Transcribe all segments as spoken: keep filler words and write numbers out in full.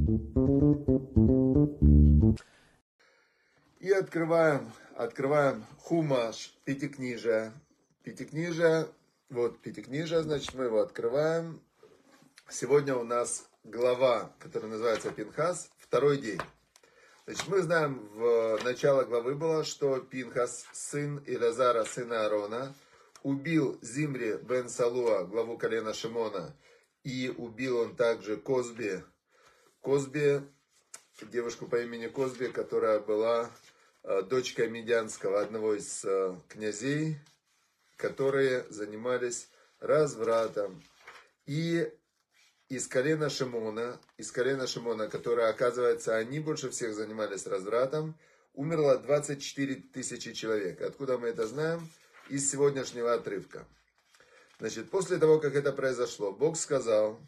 И открываем, открываем Хумаш, Пятикнижие. Пятикнижие, вот Пятикнижие, значит, мы его открываем. Сегодня у нас глава, которая называется Пинхас, второй день. Значит, мы знаем, в начало главы было, что Пинхас, сын Илазара, сына Аарона, убил Зимри бен Салуа, главу колена Шимона, и убил он также Козби, Козби, девушку по имени Козби, которая была дочкой Медианского, одного из князей, которые занимались развратом. И из колена Шимона, из колена Шимона, которое, оказывается, они больше всех занимались развратом, умерло двадцать четыре тысячи человек. Откуда мы это знаем? Из сегодняшнего отрывка. Значит, после того, как это произошло, Бог сказал,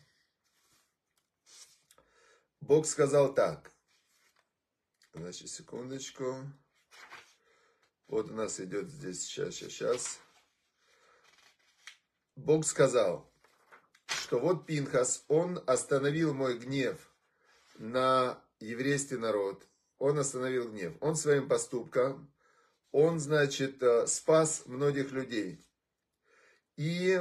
Бог сказал так. Значит, секундочку. Вот у нас идет здесь, сейчас, сейчас, сейчас. Бог сказал, что вот Пинхас, он остановил мой гнев на еврейский народ. Он остановил гнев. Он своим поступком, он, значит, спас многих людей. И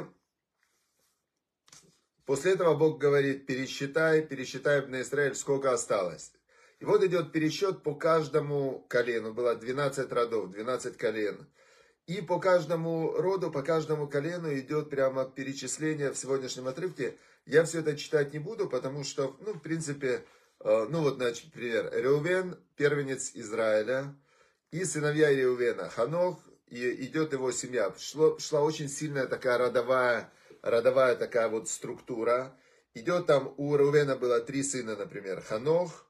после этого Бог говорит, пересчитай, пересчитай на Израиль, сколько осталось. И вот идет пересчет по каждому колену. Было двенадцать родов, двенадцать колен. И по каждому роду, по каждому колену идет прямо перечисление в сегодняшнем отрывке. Я все это читать не буду, потому что, ну, в принципе, ну вот, значит, например, Реувен, первенец Израиля, и сыновья Реувена, Ханох, и идет его семья. Шла, шла очень сильная такая родовая, родовая такая вот структура. Идет там, у Реувена было три сына, например, Ханох,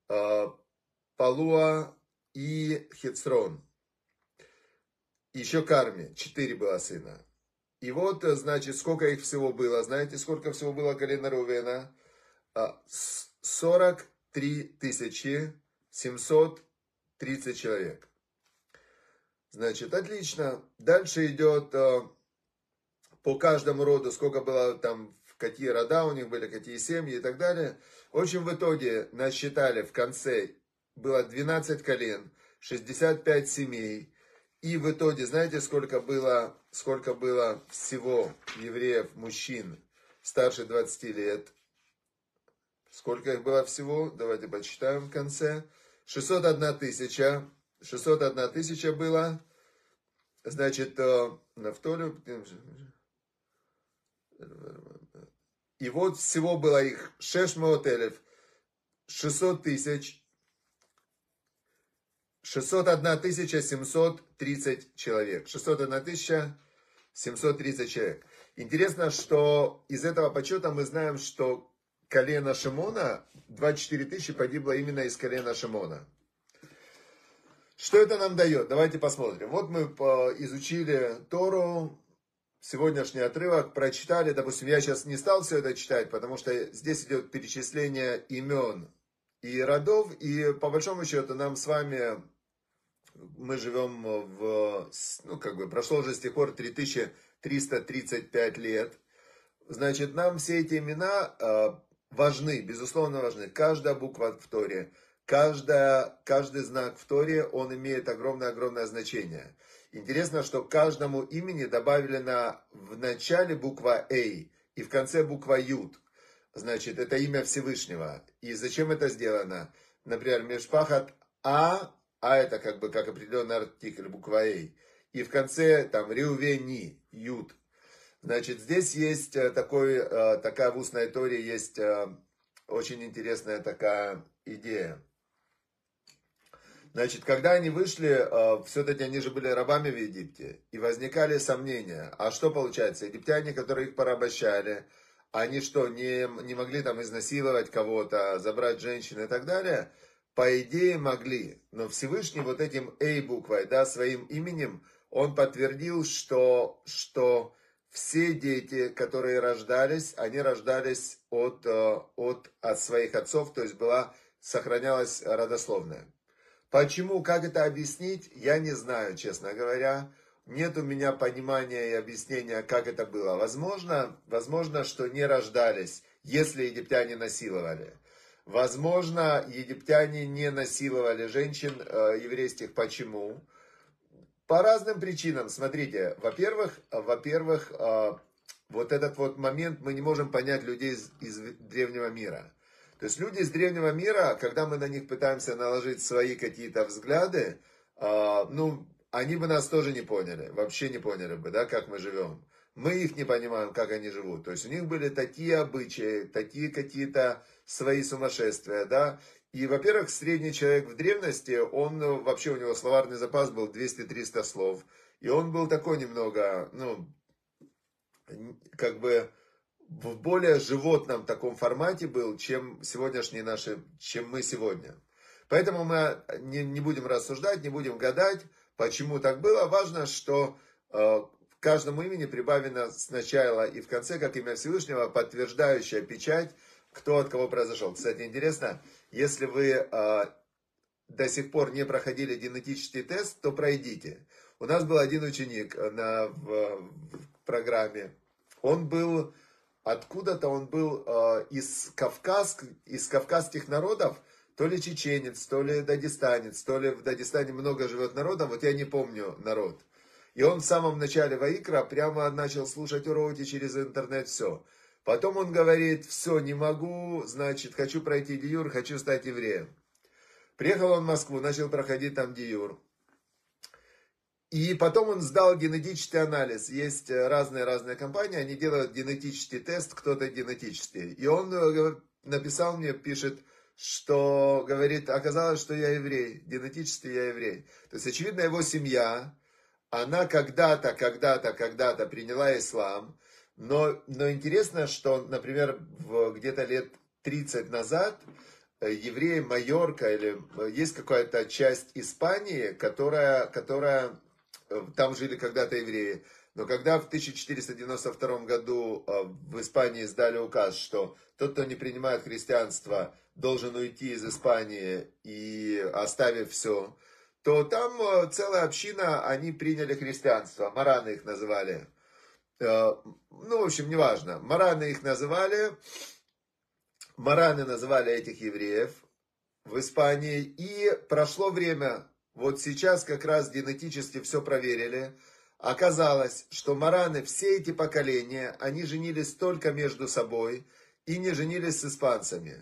Палуа и Хецрон. Еще Карми, четыре было сына. И вот, значит, сколько их всего было. Знаете, сколько всего было колена Реувена? сорок три тысячи семьсот тридцать человек. Значит, отлично. Дальше идет по каждому роду, сколько было там, какие рода у них были, какие семьи и так далее. В общем, в итоге насчитали в конце, было двенадцать колен, шестьдесят пять семей. И в итоге, знаете, сколько было, сколько было всего евреев, мужчин, старше двадцати лет? Сколько их было всего? Давайте почитаем в конце. шестьсот одна тысяча. шестьсот одна тысяча было. Значит, на вторую. И вот всего было их шестьсот элев, шестьсот тысяч. шестьсот одна тысяча семьсот тридцать человек. шестьсот одна тысяча семьсот тридцать человек. Интересно, что из этого подсчета мы знаем, что колено Шимона, двадцать четыре тысячи погибло именно из колена Шимона. Что это нам дает? Давайте посмотрим. Вот мы изучили Тору, сегодняшний отрывок, прочитали. Допустим, я сейчас не стал все это читать, потому что здесь идет перечисление имен и родов, и по большому счету нам с вами, мы живем в, ну как бы, прошло уже с тех пор три тысячи триста тридцать пять лет, значит, нам все эти имена э, важны, безусловно важны, каждая буква в Торе, каждая, каждый знак в Торе, он имеет огромное-огромное значение. Интересно, что каждому имени добавили на, в начале буква Эй и в конце буква Юд. Значит, это имя Всевышнего. И зачем это сделано? Например, Мешпахат А, А это как бы как определенный артикль, буква Эй. И в конце там Реувени, Юд. Значит, здесь есть такой, такая в устной Торе, есть очень интересная такая идея. Значит, когда они вышли, все-таки они же были рабами в Египте. И возникали сомнения. А что получается? Египтяне, которые их порабощали, они что, не, не могли там изнасиловать кого-то, забрать женщин и так далее? По идее могли. Но Всевышний вот этим Эй буквой, да, своим именем, он подтвердил, что, что все дети, которые рождались, они рождались от, от, от своих отцов, то есть была, сохранялась родословная. Почему, как это объяснить, я не знаю, честно говоря. Нет у меня понимания и объяснения, как это было. Возможно, возможно, что не рождались, если египтяне насиловали. Возможно, египтяне не насиловали женщин э, еврейских. Почему? По разным причинам. Смотрите, во-первых, во-первых, э, вот этот вот момент мы не можем понять людей из, из древнего мира. То есть люди из древнего мира, когда мы на них пытаемся наложить свои какие-то взгляды, э, ну, они бы нас тоже не поняли, вообще не поняли бы, да, как мы живем. Мы их не понимаем, как они живут. То есть у них были такие обычаи, такие какие-то свои сумасшествия, да. И, во-первых, средний человек в древности, он вообще, у него словарный запас был двести-триста слов. И он был такой немного, ну, как бы в более животном таком формате был, чем сегодняшние наши, чем мы сегодня. Поэтому мы не, не будем рассуждать, не будем гадать, почему так было. Важно, что э, каждому имени прибавено сначала и в конце, как имя Всевышнего, подтверждающая печать, кто от кого произошел. Кстати, интересно, если вы э, до сих пор не проходили генетический тест, то пройдите. У нас был один ученик на, в, в программе. Он был, откуда-то он был э, из, Кавказ, из кавказских народов, то ли чеченец, то ли дагестанец, то ли в Дагестане много живет народов, вот я не помню народ. И он в самом начале Ваикра прямо начал слушать уроки через интернет, все. Потом он говорит, все, не могу, значит, хочу пройти гиюр, хочу стать евреем. Приехал он в Москву, начал проходить там гиюр. И потом он сдал генетический анализ. Есть разные-разные компании, они делают генетический тест, кто-то генетический. И он написал мне, пишет, что, говорит, оказалось, что я еврей, генетически я еврей. То есть, очевидно, его семья, она когда-то, когда-то, когда-то приняла ислам. Но, но интересно, что, например, где-то лет тридцать назад евреи Майорка, или есть какая-то часть Испании, которая, которая, там жили когда-то евреи. Но когда в тысяча четыреста девяносто втором году в Испании издали указ, что тот, кто не принимает христианство, должен уйти из Испании и оставив все, то там целая община, они приняли христианство, мараны их называли. Ну, в общем, неважно. Мараны их называли, мараны называли этих евреев в Испании. И прошло время, вот сейчас как раз генетически все проверили. Оказалось, что мараны, все эти поколения, они женились только между собой и не женились с испанцами.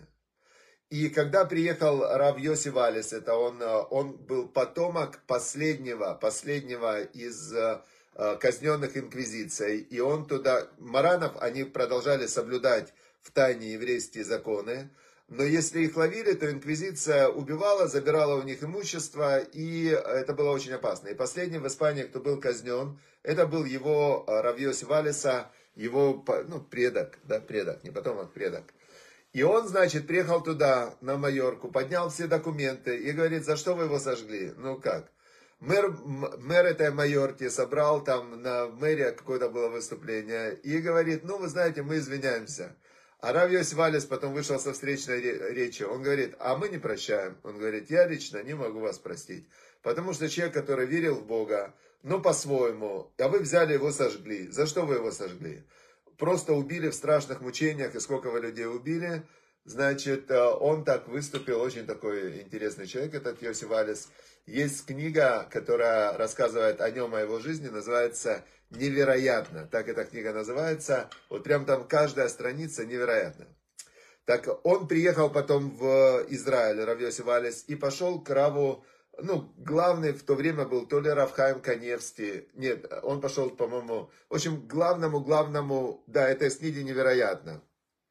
И когда приехал рав Йоси Валес, это он, он был потомок последнего, последнего из казненных инквизицией. И он туда, маранов, они продолжали соблюдать в тайне еврейские законы. Но если их ловили, то инквизиция убивала, забирала у них имущество, и это было очень опасно. И последний в Испании, кто был казнен, это был его рав Йоси Валеса, его, ну, предок, да, предок, не потомок, предок. И он, значит, приехал туда, на Майорку, поднял все документы и говорит, за что вы его сожгли? Ну как? Мэр, мэр этой Майорки собрал там на мэрии какое-то было выступление и говорит, ну вы знаете, мы извиняемся. А рав Йоси Валес потом вышел со встречной речью, он говорит, а мы не прощаем. Он говорит, я лично не могу вас простить. Потому что человек, который верил в Бога, ну по-своему, а вы взяли его, сожгли. За что вы его сожгли? Просто убили в страшных мучениях, и сколько вы людей убили. Значит, он так выступил, очень такой интересный человек, этот Йоси Валес. Есть книга, которая рассказывает о нем, о его жизни, называется «Невероятно». Так эта книга называется. Вот прям там каждая страница невероятна. Так он приехал потом в Израиль, рав Йоси Валес, и пошел к раву, ну, главный в то время был то ли рав Хаим Каневский, нет, он пошел, по-моему, в общем, главному, главному, да, это из книги «Невероятно».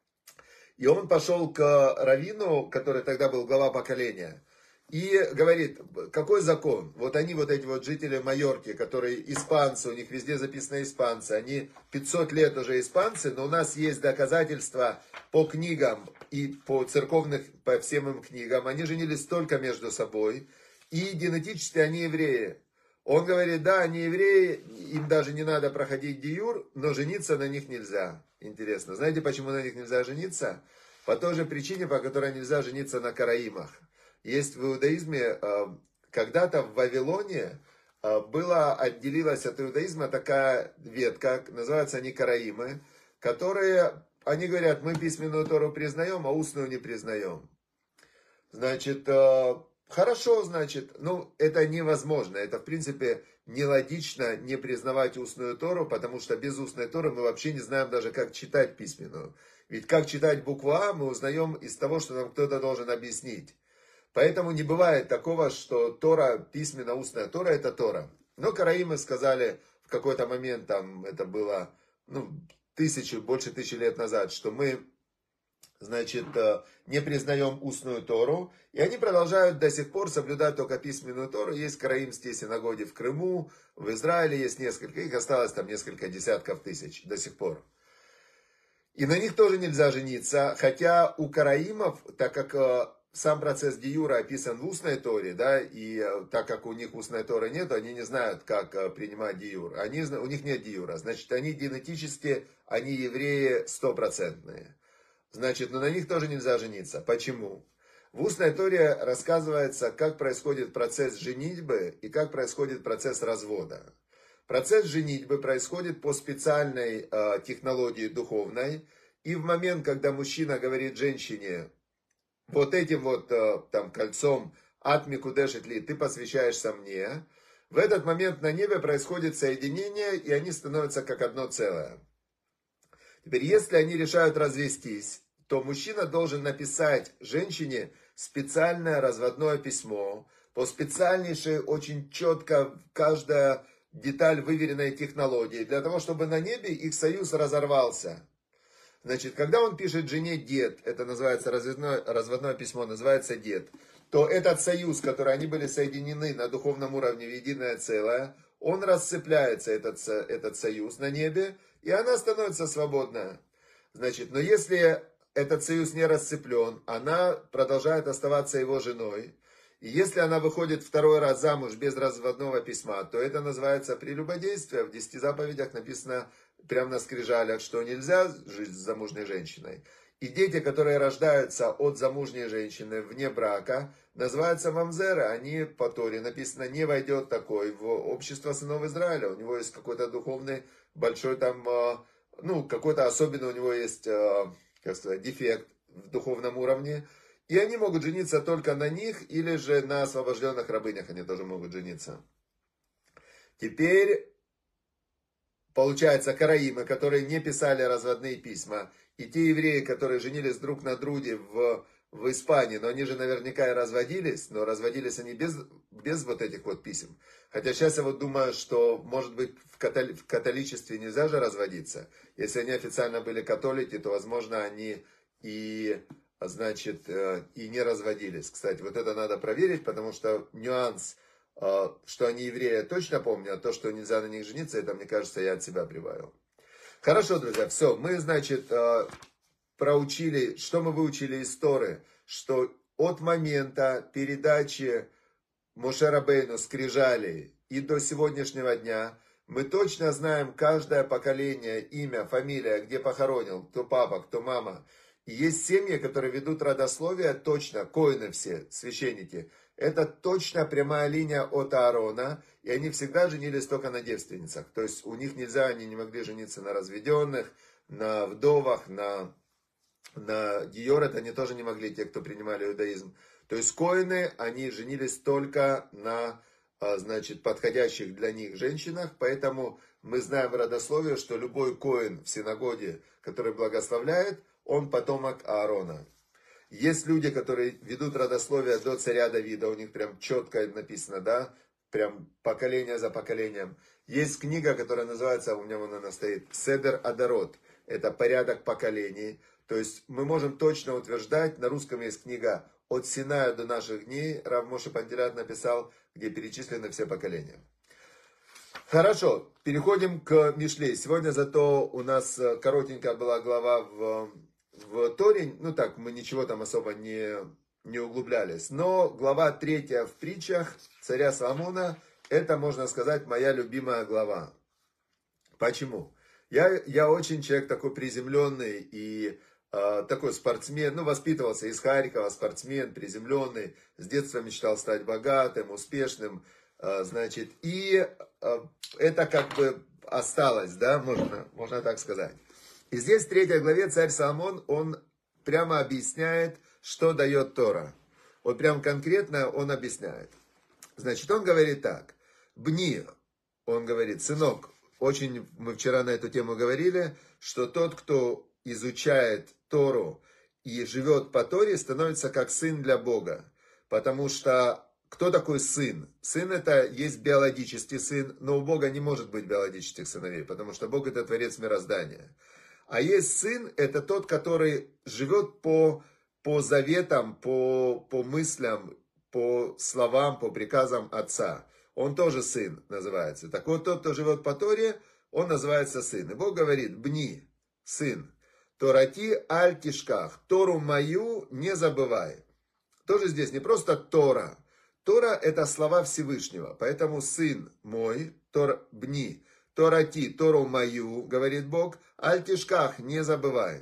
И он пошел к раввину, который тогда был глава поколения, и говорит, какой закон? Вот они, вот эти вот жители Майорки, которые испанцы, у них везде записаны испанцы, они пятьсот лет уже испанцы, но у нас есть доказательства по книгам и по церковным, по всем им книгам, они женились только между собой, и генетически они евреи. Он говорит, да, они евреи, им даже не надо проходить гиюр, но жениться на них нельзя. Интересно. Знаете, почему на них нельзя жениться? По той же причине, по которой нельзя жениться на караимах. Есть в иудаизме, когда-то в Вавилоне была, отделилась от иудаизма такая ветка, называются они караимы, которые, они говорят, мы письменную Тору признаем, а устную не признаем. Значит, хорошо, значит, ну, это невозможно. Это, в принципе, нелогично не признавать устную Тору, потому что без устной Торы мы вообще не знаем даже, как читать письменную. Ведь как читать букву А, мы узнаем из того, что нам кто-то должен объяснить. Поэтому не бывает такого, что Тора, письменно устная Тора, это Тора. Но караимы сказали в какой-то момент, там, это было, ну, тысячи, больше тысячи лет назад, что мы, значит, не признаем устную Тору, и они продолжают до сих пор соблюдать только письменную Тору. Есть караимские синагоги в Крыму, в Израиле есть несколько, их осталось там несколько десятков тысяч до сих пор. И на них тоже нельзя жениться, хотя у караимов, так как сам процесс диюра описан в устной Торе, да, и так как у них устной Торы нет, они не знают, как принимать диюр. Они, у них нет диюра, значит, они генетически, они евреи стопроцентные. Значит, но на них тоже нельзя жениться. Почему? В устной Торе рассказывается, как происходит процесс женитьбы и как происходит процесс развода. Процесс женитьбы происходит по специальной э, технологии духовной. И в момент, когда мужчина говорит женщине, вот этим вот э, там кольцом «Ат микудешет ли», ты посвящаешься мне, в этот момент на небе происходит соединение, и они становятся как одно целое. Теперь, если они решают развестись, то мужчина должен написать женщине специальное разводное письмо, по специальнейшей, очень четко, каждая деталь выверенной технологии, для того, чтобы на небе их союз разорвался. Значит, когда он пишет жене дед, это называется разводное, разводное письмо, называется дед, то этот союз, который они были соединены на духовном уровне в единое целое, он рассыпляется, этот, этот союз на небе, и она становится свободная. Значит, но если этот союз не рассыплен, она продолжает оставаться его женой. И если она выходит второй раз замуж без разводного письма, то это называется прелюбодействие. В десяти заповедях написано прямо на скрижалях, что нельзя жить с замужней женщиной. И дети, которые рождаются от замужней женщины вне брака, называются мамзеры. Они по Торе написано, не войдет такой в общество сынов Израиля. У него есть какой-то духовный большой там, ну, какой-то особенный у него есть, как сказать, дефект в духовном уровне. И они могут жениться только на них, или же на освобожденных рабынях они тоже могут жениться. Теперь, получается, караимы, которые не писали разводные письма, и те евреи, которые женились друг на друге в, в Испании, но они же наверняка и разводились, но разводились они без, без вот этих вот писем. Хотя сейчас я вот думаю, что, может быть, в, католи, в католичестве нельзя же разводиться. Если они официально были католики, то, возможно, они и... значит, и не разводились. Кстати, вот это надо проверить, потому что нюанс, что они евреи, я точно помню, а то, что нельзя на них жениться, это, мне кажется, я от себя прибавил. Хорошо, друзья, все, мы, значит, проучили, что мы выучили из Торы, что от момента передачи Моше Рабейну скрижалей и до сегодняшнего дня мы точно знаем каждое поколение, имя, фамилия, где похоронил, кто папа, кто мама. И есть семьи, которые ведут родословие точно, коины все, священники. Это точно прямая линия от Аарона, и они всегда женились только на девственницах. То есть у них нельзя, они не могли жениться на разведенных, на вдовах, на, на диорет, они тоже не могли, те, кто принимали иудаизм. То есть коины, они женились только на, значит, подходящих для них женщинах, поэтому мы знаем в родословии, что любой коин в синагоге, который благословляет, он потомок Аарона. Есть люди, которые ведут родословие до царя Давида, у них прям четко написано, да, прям поколение за поколением. Есть книга, которая называется, у меня вон она стоит, Седер Адарот, это порядок поколений. То есть мы можем точно утверждать, на русском есть книга «От Синая до наших дней», Рав Моше Пантелят написал, где перечислены все поколения. Хорошо, переходим к Мишле. Сегодня зато у нас коротенькая была глава в... В Торе, ну так, мы ничего там особо не, не углублялись. Но глава третья в притчах царя Соломона, это, можно сказать, моя любимая глава. Почему? Я, я очень человек такой приземленный и э, такой спортсмен, ну, воспитывался из Харькова, спортсмен, приземленный, с детства мечтал стать богатым, успешным, э, значит, и э, это как бы осталось, да, можно, можно так сказать. И здесь в третьей главе царь Соломон, он прямо объясняет, что дает Тора. Вот прям конкретно он объясняет. Значит, он говорит так. Бни, он говорит, сынок, очень мы вчера на эту тему говорили, что тот, кто изучает Тору и живет по Торе, становится как сын для Бога. Потому что кто такой сын? Сын это есть биологический сын, но у Бога не может быть биологических сыновей, потому что Бог это творец мироздания. А есть сын, это тот, который живет по, по заветам, по, по мыслям, по словам, по приказам отца. Он тоже сын называется. Так вот, тот, кто живет по Торе, он называется сын. И Бог говорит, бни, сын, Торати аль тишках, Тору мою не забывай. Тоже здесь не просто Тора. Тора это слова Всевышнего. Поэтому сын мой, Тор бни, Торати, Тору мою, говорит Бог, аль тишках, не забывай.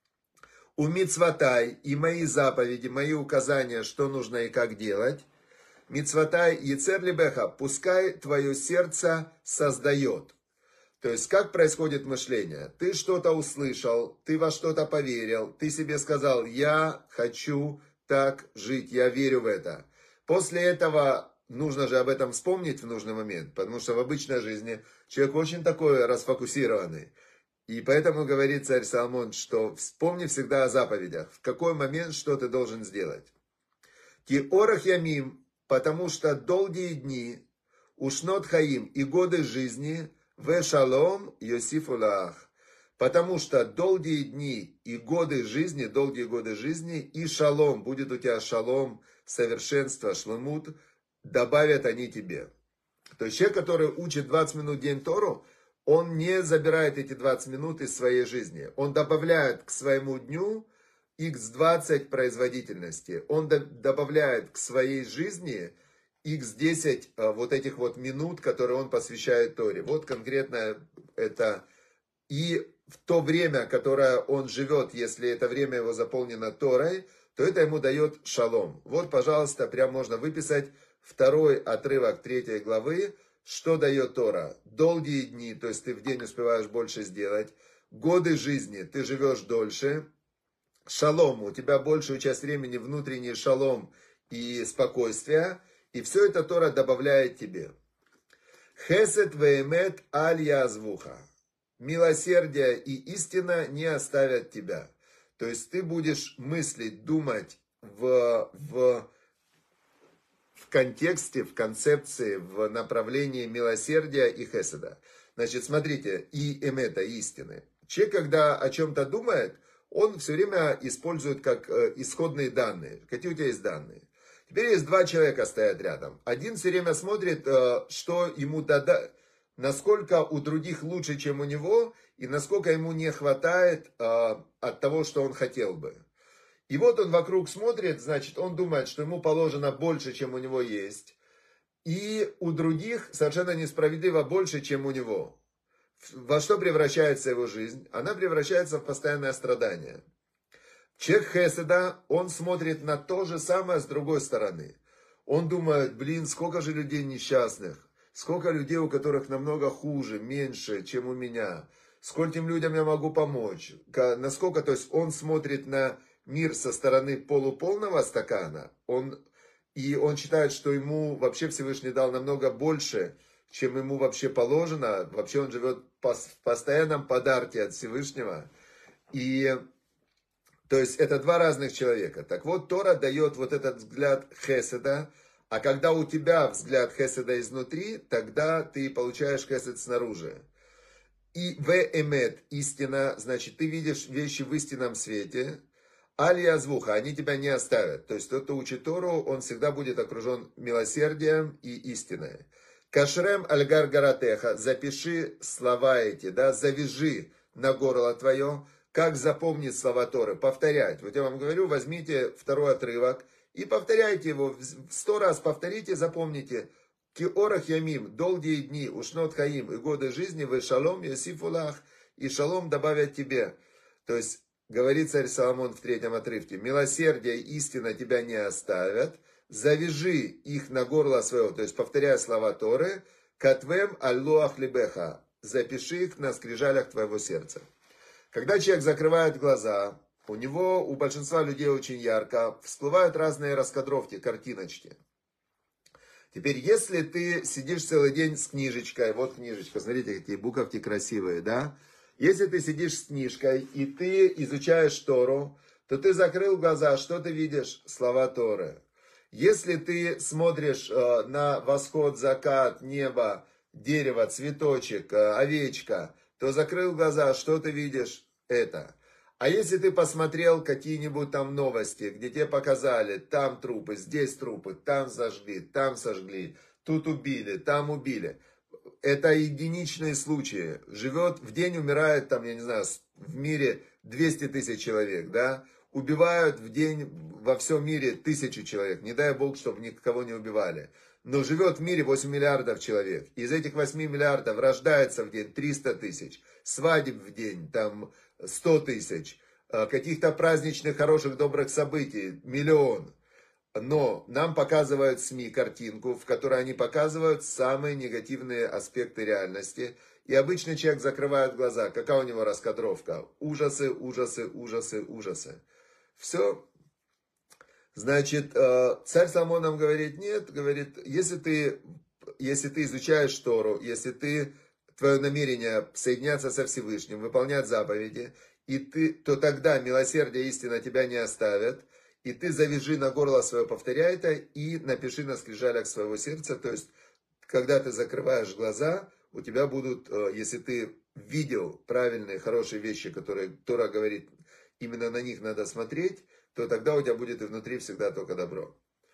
У мицватай и мои заповеди, мои указания, что нужно и как делать. Мицватай яцер либеха, пускай твое сердце создает. То есть, как происходит мышление? Ты что-то услышал, ты во что-то поверил, ты себе сказал, я хочу так жить, я верю в это. После этого нужно же об этом вспомнить в нужный момент, потому что в обычной жизни человек очень такой расфокусированный. И поэтому говорит царь Соломон, что вспомни всегда о заповедях, в какой момент что ты должен сделать. Ки орах ямим, потому что долгие дни, ушнот хаим и годы жизни, ве шалом йосифу лаах. Потому что долгие дни и годы жизни, долгие годы жизни и шалом, будет у тебя шалом, совершенство, шлемут, добавят они тебе. То есть человек, который учит двадцать минут в день Тору, он не забирает эти двадцать минут из своей жизни. Он добавляет к своему дню икс двадцать производительности. Он добавляет к своей жизни икс десять вот этих вот минут, которые он посвящает Торе. Вот конкретно это. И в то время, которое он живет, если это время его заполнено Торой, то это ему дает шалом. Вот, пожалуйста, прям можно выписать второй отрывок третьей главы. Что дает Тора? Долгие дни, то есть ты в день успеваешь больше сделать. Годы жизни, ты живешь дольше. Шалом, у тебя большую часть времени внутренний шалом и спокойствие. И все это Тора добавляет тебе. Хесед веэмет аль язвуха. Милосердие и истина не оставят тебя. То есть ты будешь мыслить, думать в, в, в контексте, в концепции, в направлении милосердия и хеседа. Значит, смотрите, и эмета, истины. Человек, когда о чем-то думает, он все время использует как исходные данные. Какие у тебя есть данные? Теперь есть два человека стоят рядом. Один все время смотрит, что ему дадут. Насколько у других лучше, чем у него, и насколько ему не хватает э, от того, что он хотел бы. И вот он вокруг смотрит, значит, он думает, что ему положено больше, чем у него есть, и у других совершенно несправедливо больше, чем у него. Во что превращается его жизнь? Она превращается в постоянное страдание. Человек хеседа, он смотрит на то же самое с другой стороны. Он думает, блин, сколько же людей несчастных. Сколько людей, у которых намного хуже, меньше, чем у меня. Скольким людям я могу помочь. Насколько, то есть он смотрит на мир со стороны полуполного стакана. Он, и он считает, что ему вообще Всевышний дал намного больше, чем ему вообще положено. Вообще он живет в постоянном подарке от Всевышнего. И, то есть это два разных человека. Так вот, Тора дает вот этот взгляд хеседа. А когда у тебя взгляд хеседа изнутри, тогда ты получаешь хесед снаружи. И в эмет, истина, значит, ты видишь вещи в истинном свете. Алия звуха, они тебя не оставят. То есть тот, кто учит Тору, он всегда будет окружен милосердием и истиной. Кашрем альгар гаратеха, запиши слова эти, да, завяжи на горло твое. Как запомнить слова Торы? Повторять. Вот я вам говорю, возьмите второй отрывок. И повторяйте его, сто раз повторите, запомните. Ки орах ямим, долгие дни, ушнот хаим, и годы жизни, вы шалом йосифулах, и шалом добавят тебе. То есть, говорит царь Соломон в третьем отрывке, милосердие и истина тебя не оставят, завяжи их на горло своего, то есть, повторяя слова Торы, катвем аллоах либеха, запиши их на скрижалях твоего сердца. Когда человек закрывает глаза, у него, у большинства людей очень ярко, всплывают разные раскадровки, картиночки. Теперь, если ты сидишь целый день с книжечкой, вот книжечка, смотрите, какие буковки красивые, да? Если ты сидишь с книжкой, и ты изучаешь Тору, то ты закрыл глаза, что ты видишь? Слова Торы. Если ты смотришь э, на восход, закат, небо, дерево, цветочек, э, овечка, то закрыл глаза, что ты видишь? Это. А если ты посмотрел какие-нибудь там новости, где тебе показали, там трупы, здесь трупы, там сожгли, там сожгли, тут убили, там убили. Это единичные случаи. Живет, в день умирает, там, я не знаю, в мире двести тысяч человек, да? Убивают в день во всем мире тысячу человек. Не дай Бог, чтобы никого не убивали. Но живет в мире восемь миллиардов человек. Из этих восьми миллиардов рождается в день триста тысяч. Свадеб в день там сто тысяч. Каких-то праздничных, хороших, добрых событий миллион. Но нам показывают СМИ картинку, в которой они показывают самые негативные аспекты реальности. И обычный человек закрывает глаза. Какая у него раскадровка? Ужасы, ужасы, ужасы, ужасы. Все. Значит, царь Соломон нам говорит, нет, говорит, если ты, если ты изучаешь Тору, если ты, твое намерение соединяться со Всевышним, выполнять заповеди, и ты, то тогда милосердие и истина тебя не оставят, и ты завяжи на горло свое, повторяй это, и напиши на скрижалях своего сердца, то есть, когда ты закрываешь глаза, у тебя будут, если ты видел правильные, хорошие вещи, которые Тора говорит, именно на них надо смотреть, то тогда у тебя будет и внутри всегда только добро.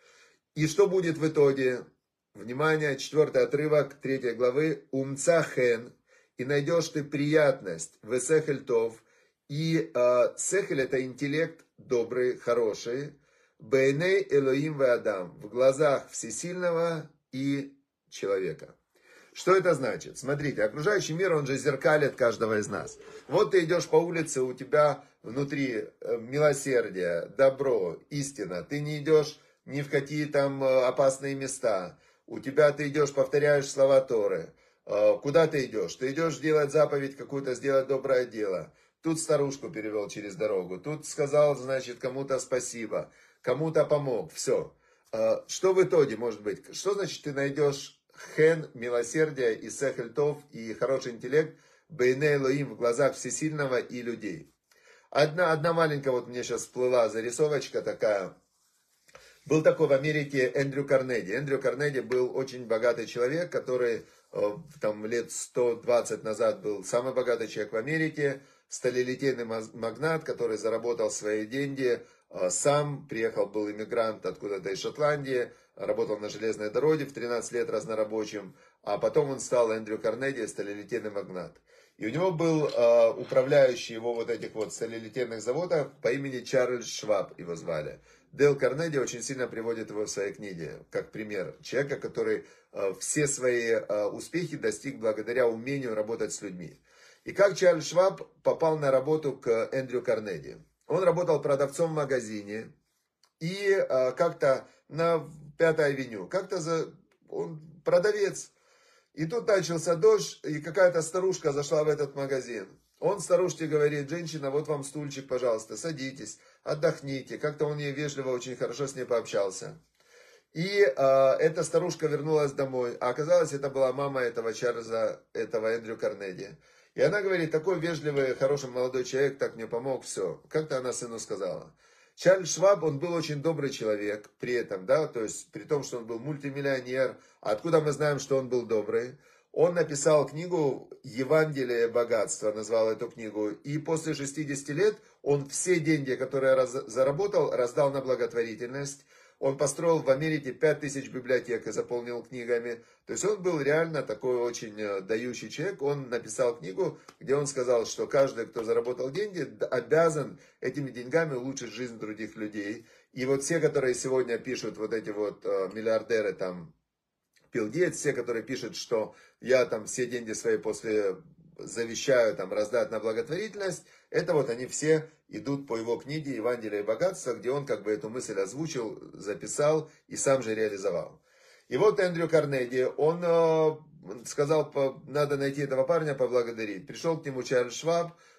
И что будет в итоге? Внимание, четвертый отрывок третьей главы. Умца хен. И найдешь ты приятность в сехель тов. И э, сехель это интеллект добрый, хороший. Бейней Элоим ве Адам. В глазах всесильного и человека. Что это значит? Смотрите, окружающий мир, он же зеркалит каждого из нас. Вот ты идешь по улице, у тебя внутри милосердие, добро, истина. Ты не идешь ни в какие там опасные места. У тебя ты идешь, повторяешь слова Торы. Куда ты идешь? Ты идешь делать заповедь какую-то, сделать доброе дело. Тут старушку перевел через дорогу. Тут сказал, значит, кому-то спасибо. Кому-то помог. Все. Что в итоге может быть? Что значит ты найдешь хен, милосердие и сехель тов, и хороший интеллект, бейне Элоим, в глазах всесильного и людей. Одна, одна маленькая, вот мне сейчас всплыла зарисовочка такая. Был такой в Америке Эндрю Карнеди. Эндрю Карнеди был очень богатый человек, который там лет сто двадцать назад был самый богатый человек в Америке, сталелитейный магнат, который заработал свои деньги, сам приехал, был иммигрант откуда-то из Шотландии, работал на железной дороге в тринадцать лет разнорабочим, а потом он стал Эндрю Карнеди, сталелитейный магнат. И у него был э, управляющий его вот этих вот сталелитейных заводов по имени Чарльз Шваб, его звали. Дейл Карнеди очень сильно приводит его в своей книге, как пример человека, который э, все свои э, успехи достиг благодаря умению работать с людьми. И как Чарльз Шваб попал на работу к Эндрю Карнеди? Он работал продавцом в магазине, и э, как-то на Пятой авеню, как-то за... он продавец. И тут начался дождь, и какая-то старушка зашла в этот магазин. Он старушке говорит, женщина, вот вам стульчик, пожалуйста, садитесь, отдохните. Как-то он ей вежливо, очень хорошо с ней пообщался. И э, эта старушка вернулась домой, а оказалось, это была мама этого Чарльза, этого Эндрю Карнеди. И она говорит, такой вежливый, хороший молодой человек, так мне помог, все. Как-то она сыну сказала. Чарльз Шваб, он был очень добрый человек при этом, да, то есть при том, что он был мультимиллионер. Откуда мы знаем, что он был добрый? Он написал книгу «Евангелие богатства», назвал эту книгу. И после шестидесяти лет он все деньги, которые раз, заработал, раздал на благотворительность. Он построил в Америке пять тысяч библиотек и заполнил книгами. То есть он был реально такой очень дающий человек. Он написал книгу, где он сказал, что каждый, кто заработал деньги, обязан этими деньгами улучшить жизнь других людей. И вот все, которые сегодня пишут, вот эти вот миллиардеры, там, Билл Гейтс, все, которые пишут, что я там все деньги свои после завещаю там раздать на благотворительность, это вот они все идут по его книге «Евангелие и богатство», где он как бы эту мысль озвучил, записал и сам же реализовал. И вот Эндрю Карнеди, он э, сказал, надо найти этого парня, поблагодарить. Пришел к нему Чарльз Шваб,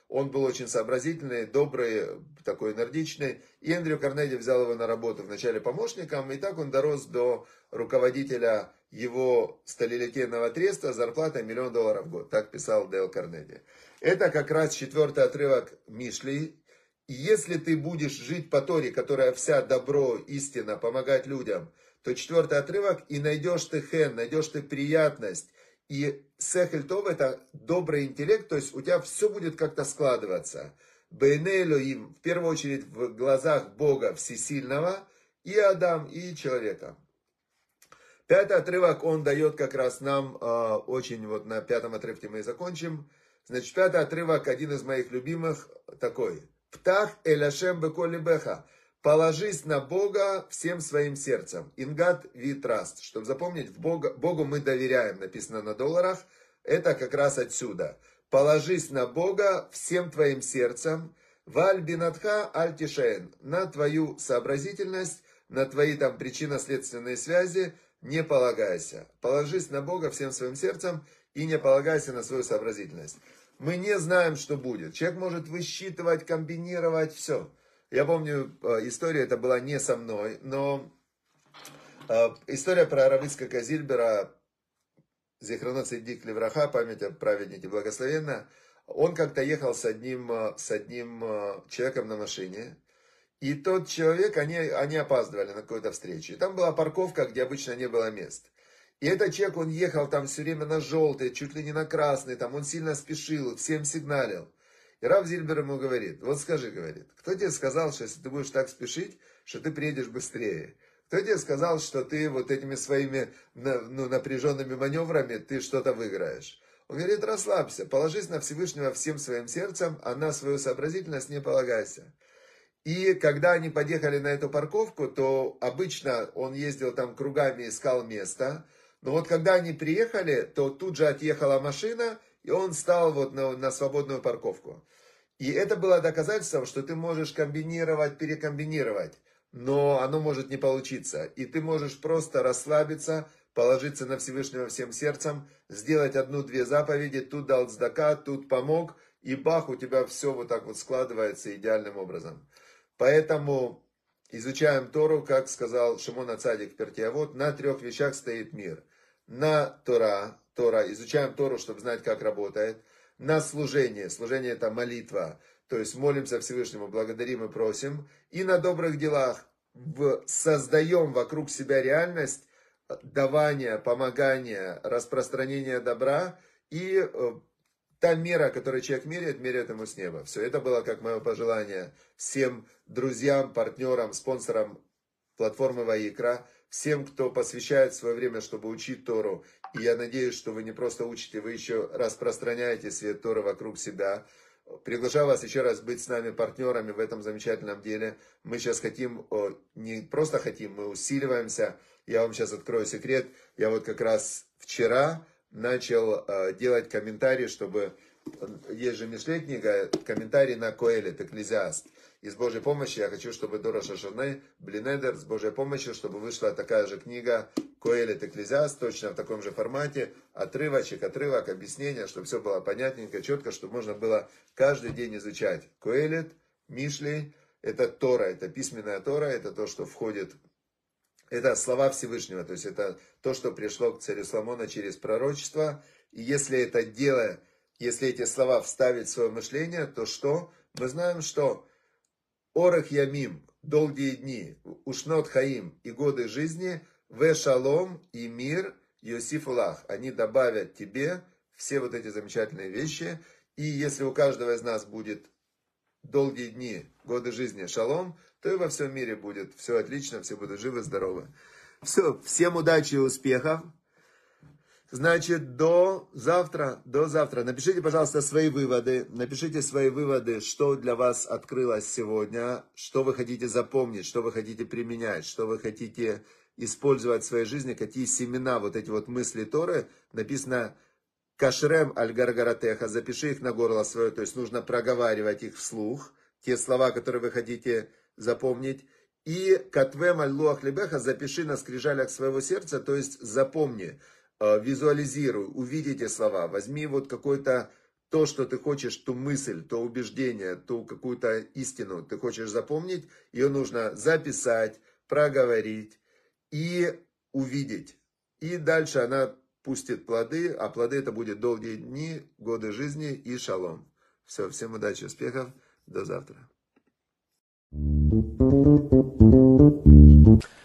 Он был очень сообразительный, добрый, такой энергичный. И Эндрю Карнеди взял его на работу вначале помощником, и так он дорос до руководителя его сталелитейного треста с зарплатой миллион долларов в год. Так писал Дейл Карнеди. Это как раз четвертый отрывок Мишли. И если ты будешь жить по Торе, которая вся добро, истина, помогать людям, то четвертый отрывок, и найдешь ты хен, найдешь ты приятность. И сехель това — это добрый интеллект, то есть у тебя все будет как-то складываться. Бейней Элоим, в первую очередь в глазах Бога Всесильного, и Адам, и человека. Пятый отрывок он дает как раз нам, э, очень, вот на пятом отрывке мы и закончим. Значит, пятый отрывок, один из моих любимых, такой. Птах эль Ашем беколь либеха. Положись на Бога всем своим сердцем. Ингат we trust. Чтобы запомнить, в Бога, Богу мы доверяем, написано на долларах. Это как раз отсюда. Положись на Бога всем твоим сердцем. Валь бинатха аль тишаэн. На твою сообразительность, на твои там причинно-следственные связи не полагайся. Положись на Бога всем своим сердцем и не полагайся на свою сообразительность. Мы не знаем, что будет. Человек может высчитывать, комбинировать, все. Я помню, история эта была не со мной, но история про Рав Ицхака Зильбера, Зихроно цадик левраха, память о праведнике благословенна. Он как-то ехал с одним, с одним человеком на машине. И тот человек, они, они опаздывали на какую-то встречу. И там была парковка, где обычно не было мест. И этот человек, он ехал там все время на желтый, чуть ли не на красный, там он сильно спешил, всем сигналил. И Рав Зильбер ему говорит, вот скажи, говорит, кто тебе сказал, что если ты будешь так спешить, что ты приедешь быстрее? Кто тебе сказал, что ты вот этими своими ну, напряженными маневрами ты что-то выиграешь? Он говорит, расслабься, положись на Всевышнего всем своим сердцем, а на свою сообразительность не полагайся. И когда они подъехали на эту парковку, то обычно он ездил там кругами, искал место. Но вот когда они приехали, то тут же отъехала машина, и он стал вот на, на свободную парковку. И это было доказательством, что ты можешь комбинировать, перекомбинировать, но оно может не получиться. И ты можешь просто расслабиться, положиться на Всевышнего всем сердцем, сделать одну-две заповеди, тут дал цдака, тут помог, и бах, у тебя все вот так вот складывается идеальным образом. Поэтому изучаем Тору, как сказал Шимон ха-Цадик в Перкей Авот, на трех вещах стоит мир. На Тора, Тора, изучаем Тору, чтобы знать, как работает. На служение, служение это молитва, то есть молимся Всевышнему, благодарим и просим. И на добрых делах создаем вокруг себя реальность давания, помогания, распространения добра. И та мера, которую человек меряет, меряет ему с неба. Все, это было как мое пожелание всем друзьям, партнерам, спонсорам платформы Ваикра, всем, кто посвящает свое время, чтобы учить Тору. И я надеюсь, что вы не просто учите, вы еще распространяете свет Торы вокруг себя. Приглашаю вас еще раз быть с нами партнерами в этом замечательном деле. Мы сейчас хотим, не просто хотим, мы усиливаемся. Я вам сейчас открою секрет. Я вот как раз вчера начал делать комментарии, чтобы... Есть же Мишлей книга, комментарий на Коэлет, Экклезиаст. И с Божьей помощью я хочу, чтобы до Рош ха-Шана, Блинедер, с Божьей помощью, чтобы вышла такая же книга Коэлет, Экклезиаст, точно в таком же формате, отрывочек, отрывок, объяснение, чтобы все было понятненько, четко, чтобы можно было каждый день изучать. Коэлет, Мишлей, это Тора, это письменная Тора, это то, что входит, это слова Всевышнего, то есть это то, что пришло к царю Соломона через пророчество. И если это дело, если эти слова вставить в свое мышление, то что? Мы знаем, что Орех Ямим, долгие дни, Ушнот Хаим и годы жизни, Ве Шалом и мир, Йосифулах, они добавят тебе все вот эти замечательные вещи. И если у каждого из нас будет долгие дни, годы жизни, шалом, то и во всем мире будет все отлично, все будут живы, здоровы. Все, всем удачи и успехов. Значит, до завтра, до завтра. Напишите, пожалуйста, свои выводы. Напишите свои выводы, что для вас открылось сегодня, что вы хотите запомнить, что вы хотите применять, что вы хотите использовать в своей жизни, какие семена, вот эти вот мысли Торы. Написано «Кашрем аль-гаргаратеха», запиши их на горло свое, то есть нужно проговаривать их вслух, те слова, которые вы хотите запомнить. И «Катвем аль-луах либеха», запиши на скрижалях своего сердца, то есть запомни. Визуализируй, увидите слова, возьми вот какой-то то, что ты хочешь, ту мысль, то убеждение, ту какую-то истину ты хочешь запомнить, ее нужно записать, проговорить и увидеть. И дальше она пустит плоды, а плоды это будет долгие дни, годы жизни и шалом. Все, всем удачи, успехов, до завтра.